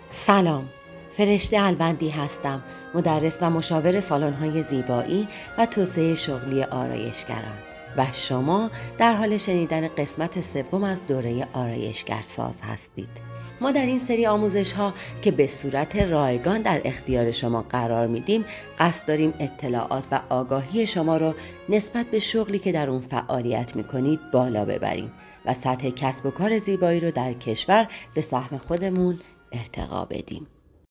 سلام، فرشته الوندی هستم، مدرس و مشاور سالن‌های زیبایی و توسعه شغلی آرایشگران و شما در حال شنیدن قسمت سوم از دوره آرایشگرساز هستید. ما در این سری آموزش‌ها که به صورت رایگان در اختیار شما قرار میدیم، قصد داریم اطلاعات و آگاهی شما رو نسبت به شغلی که در اون فعالیت میکنید بالا ببریم و سطح کسب و کار زیبایی رو در کشور به سهم خودمون ارتقا بدیم.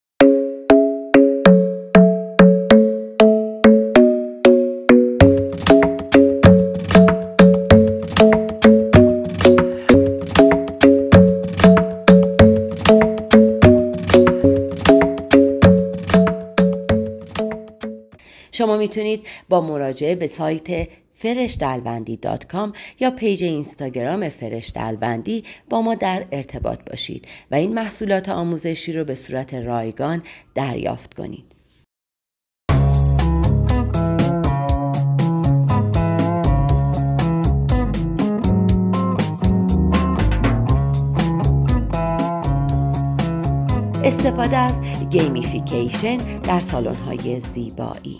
شما میتونید با مراجعه به سایت فرشتهالوندی.com یا پیج اینستاگرام فرشتهالوندی با ما در ارتباط باشید و این محصولات آموزشی رو به صورت رایگان دریافت کنید. استفاده از گیمیفیکیشن در سالن‌های زیبایی.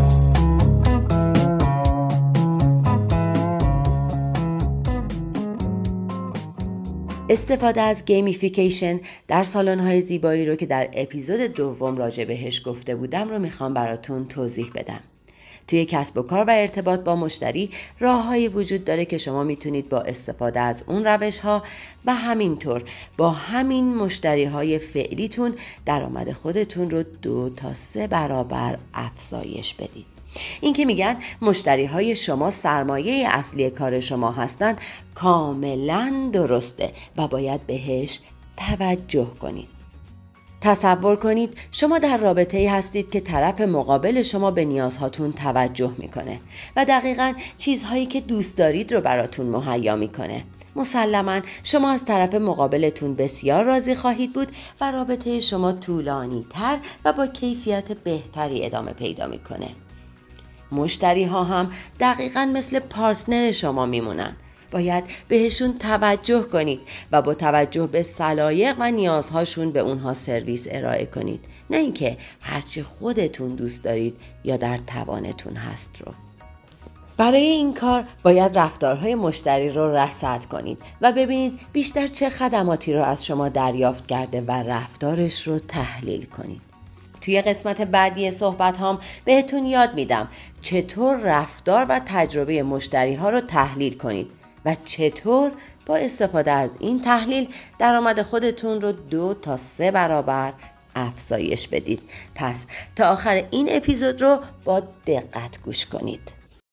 استفاده از گیمیفیکیشن در سالن‌های زیبایی رو که در اپیزود دوم راجع بهش گفته بودم رو میخوام براتون توضیح بدم. توی کسب و کار و ارتباط با مشتری راه‌هایی وجود داره که شما میتونید با استفاده از اون روش‌ها و همینطور با همین مشتری‌های فعلیتون درآمد خودتون رو 2 تا 3 برابر افزایش بدید. این که میگن مشتری‌های شما سرمایه اصلی کار شما هستن کاملاً درسته و باید بهش توجه کنید. تصور کنید شما در رابطه‌ای هستید که طرف مقابل شما به نیازهاتون توجه میکنه و دقیقاً چیزهایی که دوست دارید رو براتون مهیا میکنه. مسلماً شما از طرف مقابلتون بسیار راضی خواهید بود و رابطه شما طولانی تر و با کیفیت بهتری ادامه پیدا میکنه. مشتری ها هم دقیقاً مثل پارتنر شما میمونن. باید بهشون توجه کنید و با توجه به سلایق و نیازهاشون به اونها سرویس ارائه کنید، نه اینکه هرچی خودتون دوست دارید یا در توانتون هست رو. برای این کار باید رفتارهای مشتری رو رصد کنید و ببینید بیشتر چه خدماتی رو از شما دریافت کرده و رفتارش رو تحلیل کنید. توی قسمت بعدی صحبت هام بهتون یاد میدم چطور رفتار و تجربه مشتری ها رو تحلیل کنید و چطور با استفاده از این تحلیل درآمد خودتون رو 2 تا 3 برابر افزایش بدید. پس تا آخر این اپیزود رو با دقت گوش کنید.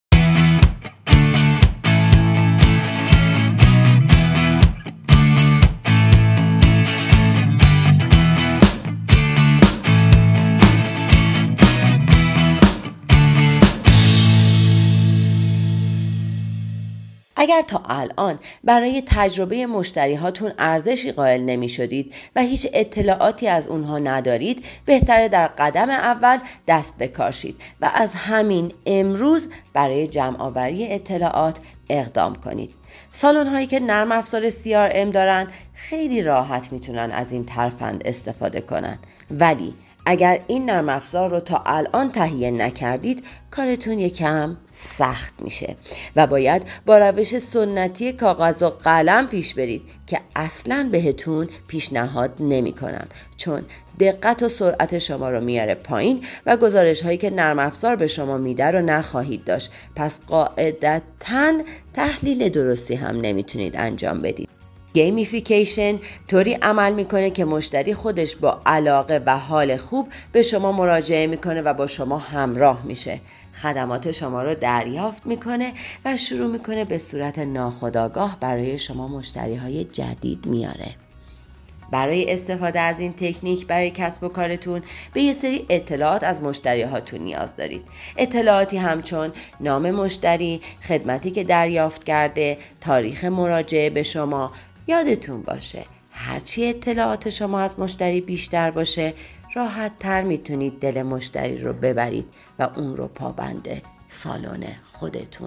اگر تا الان برای تجربه مشتری هاتون ارزشی قائل نمی شدید و هیچ اطلاعاتی از اونها ندارید، بهتره در قدم اول دست به کار شید و از همین امروز برای جمع آوری اطلاعات اقدام کنید. سالن هایی که نرم افزار CRM دارن خیلی راحت میتونن از این ترفند استفاده کنن، ولی اگر این نرم افزار رو تا الان تهیه نکردید کارتون یکم سخت میشه و باید با روش سنتی کاغذ و قلم پیش برید که اصلاً بهتون پیشنهاد نمی کنم، چون دقت و سرعت شما رو میاره پایین و گزارش هایی که نرم افزار به شما میده رو نخواهید داشت. پس قاعدتاً تحلیل درستی هم نمیتونید انجام بدید. گیمیفیکیشن طوری عمل میکنه که مشتری خودش با علاقه و حال خوب به شما مراجعه میکنه و با شما همراه میشه، خدمات شما رو دریافت میکنه و شروع میکنه به صورت ناخودآگاه برای شما مشتری های جدید میاره. برای استفاده از این تکنیک برای کسب و کارتون به یه سری اطلاعات از مشتری هاتون نیاز دارید. اطلاعاتی همچون نام مشتری، خدمتی که دریافت کرده، تاریخ مراجعه به شما. یادتون باشه هرچی اطلاعات شما از مشتری بیشتر باشه راحت تر میتونید دل مشتری رو ببرید و اون رو پابند سالن خودتون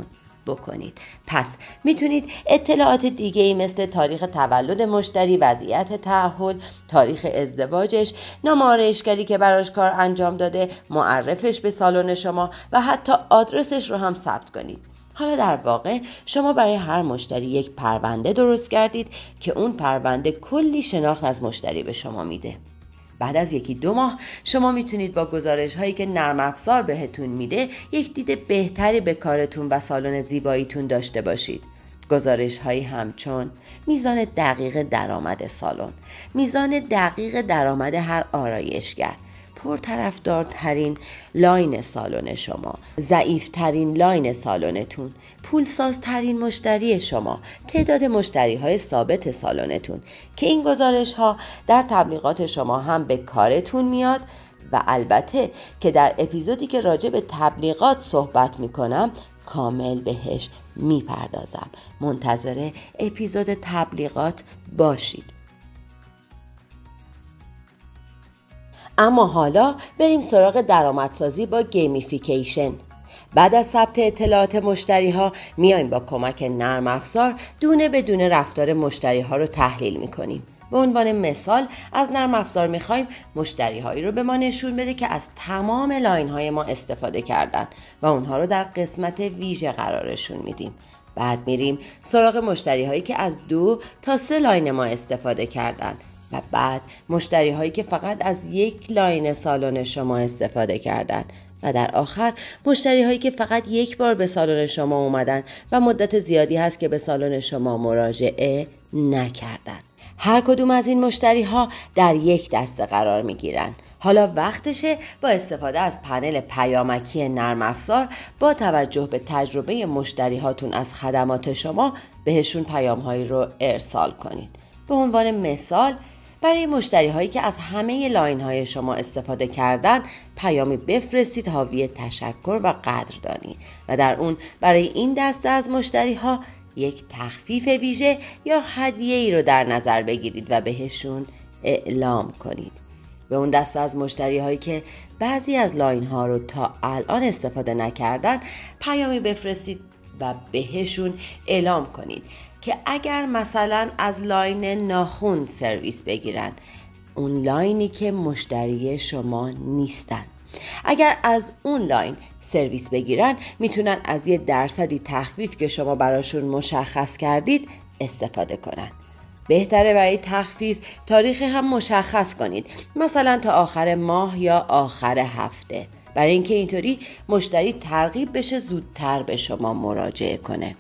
بکنید. پس میتونید اطلاعات دیگه‌ای مثل تاریخ تولد مشتری، وضعیت تعهد، تاریخ ازدواجش، نام آرایشگری که براش کار انجام داده، معرفش به سالن شما و حتی آدرسش رو هم ثبت کنید. حالا در واقع شما برای هر مشتری یک پرونده درست کردید که اون پرونده کلی شناخت از مشتری به شما میده. بعد از 1-2 ماه شما میتونید با گزارش هایی که نرم افزار بهتون میده یک دید بهتری به کارتون و سالن زیباییتون داشته باشید. گزارش هایی همچون میزان دقیق درآمد سالن، میزان دقیق درآمد هر آرایشگر، پرطرفدارترین لاین سالن شما، ضعیفترین لاین سالنتون، پولسازترین مشتری شما، تعداد مشتری های ثابت سالنتون که این گزارش ها در تبلیغات شما هم به کارتون میاد و البته که در اپیزودی که راجع به تبلیغات صحبت میکنم کامل بهش میپردازم. منتظر اپیزود تبلیغات باشید. اما حالا بریم سراغ درآمدسازی با گیمیفیکیشن. بعد از ثبت اطلاعات مشتری ها میایم با کمک نرم افزار دونه به دونه رفتار مشتری ها رو تحلیل میکنیم. به عنوان مثال از نرم افزار میخوایم مشتری هایی رو به ما نشون بده که از تمام لاین های ما استفاده کردن و اونها رو در قسمت ویژه قرارشون میدیم. بعد میریم سراغ مشتری هایی که از 2 تا 3 لاین ما استفاده کردن و بعد مشتری هایی که فقط از 1 لاین سالن شما استفاده کردن و در آخر مشتری هایی که فقط 1 بار به سالن شما اومدن و مدت زیادی هست که به سالن شما مراجعه نکردن. هر کدوم از این مشتری ها در یک دسته قرار می گیرن. حالا وقتشه با استفاده از پنل پیامکی نرم افزار با توجه به تجربه مشتری هاتون از خدمات شما بهشون پیام هایی رو ارسال کنید. به عنوان مثال برای مشتری هایی که از همه لاین های شما استفاده کردن پیامی بفرستید حاوی تشکر و قدردانی و در اون برای این دسته از مشتری ها یک تخفیف ویژه یا هدیه‌ای رو در نظر بگیرید و بهشون اعلام کنید. به اون دسته از مشتری هایی که بعضی از لاین ها رو تا الان استفاده نکردن پیامی بفرستید و بهشون اعلام کنید که اگر مثلا از لاین ناخن سرویس بگیرن، اون لاینی که مشتری شما نیستن، اگر از اون لاین سرویس بگیرن میتونن از یه درصدی تخفیف که شما براشون مشخص کردید استفاده کنن. بهتره برای تخفیف تاریخ هم مشخص کنید، مثلا تا آخر ماه یا آخر هفته، برای اینکه اینطوری مشتری ترغیب بشه زودتر به شما مراجعه کنه.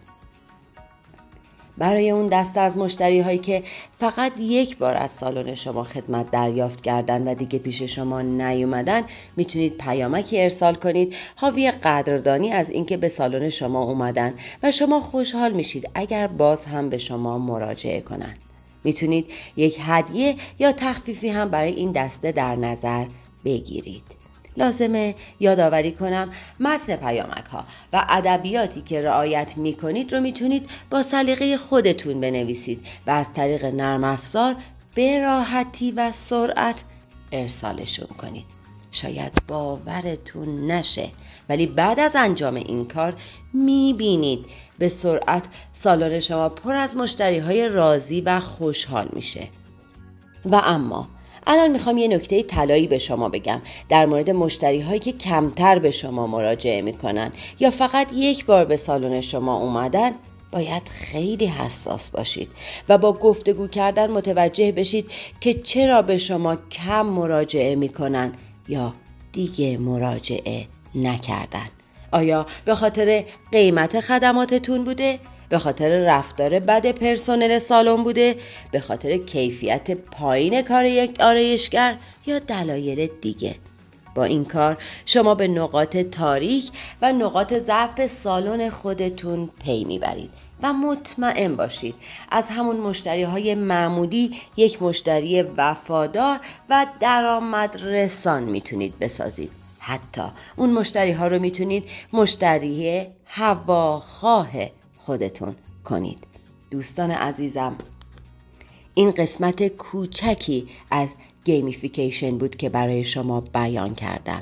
برای اون دسته از مشتری هایی که فقط 1 بار از سالن شما خدمت دریافت کردن و دیگه پیش شما نیومدن میتونید پیامکی ارسال کنید حاوی قدردانی از اینکه به سالن شما اومدن و شما خوشحال میشید اگر باز هم به شما مراجعه کنن. میتونید یک هدیه یا تخفیفی هم برای این دسته در نظر بگیرید. لازمه یادآوری کنم متن پیامک ها و ادبیاتی که رعایت میکنید رو میتونید با سلیقه خودتون بنویسید و از طریق نرم افزار به راحتی و سرعت ارسالشون کنید. شاید باورتون نشه ولی بعد از انجام این کار میبینید به سرعت سالن شما پر از مشتری های راضی و خوشحال میشه. و اما الان میخوام یه نکته طلایی به شما بگم در مورد مشتری هایی که کمتر به شما مراجعه میکنن یا فقط 1 بار به سالن شما اومدن. باید خیلی حساس باشید و با گفتگو کردن متوجه بشید که چرا به شما کم مراجعه میکنن یا دیگه مراجعه نکردن. آیا به خاطر قیمت خدماتتون بوده؟ به خاطر رفتار بد پرسنل سالن بوده؟ به خاطر کیفیت پایین کار یک آرایشگر یا دلایل دیگه؟ با این کار شما به نقاط تاریک و نقاط ضعف سالن خودتون پی میبرید و مطمئن باشید از همون مشتری های معمولی یک مشتری وفادار و درآمد رسان میتونید بسازید. حتی اون مشتری ها رو میتونید مشتری هواخواه خودتون کنید. دوستان عزیزم، این قسمت کوچکی از گیمیفیکیشن بود که برای شما بیان کردم.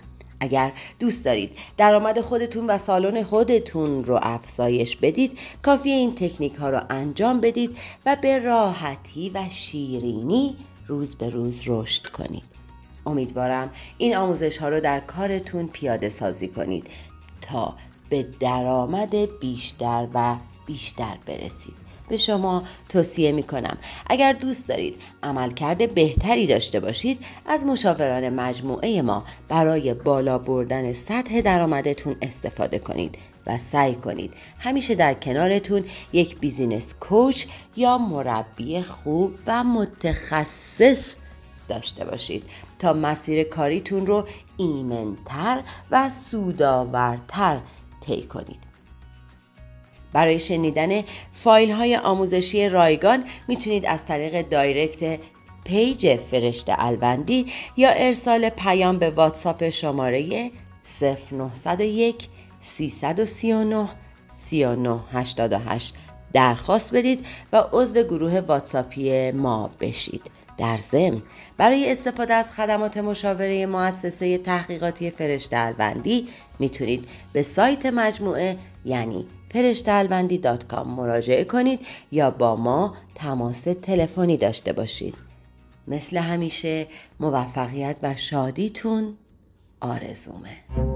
اگر دوست دارید درآمد خودتون و سالن خودتون رو افزایش بدید، کافیه این تکنیک ها رو انجام بدید و به راحتی و شیرینی روز به روز رشد کنید. امیدوارم این آموزش ها رو در کارتون پیاده سازی کنید تا به درآمد بیشتر و بیشتر برسید. به شما توصیه می کنم اگر دوست دارید عملکرد بهتری داشته باشید، از مشاوران مجموعه ما برای بالا بردن سطح درآمدتون استفاده کنید و سعی کنید همیشه در کنارتون یک بیزینس کوچ یا مربی خوب و متخصص داشته باشید تا مسیر کاریتون رو ایمن‌تر و سودآورتر طی کنید. برای شنیدن فایل های آموزشی رایگان میتونید از طریق دایرکت پیج فرشته الوندی یا ارسال پیام به واتساپ شماره 0901 339 3988 درخواست بدید و عضو گروه واتساپی ما بشید. در ضمن برای استفاده از خدمات مشاوره مؤسسه تحقیقاتی فرشته الوندی میتونید به سایت مجموعه یعنی فرشتهالوندی.com مراجعه کنید یا با ما تماس تلفنی داشته باشید. مثل همیشه موفقیت و شادیتون آرزومه.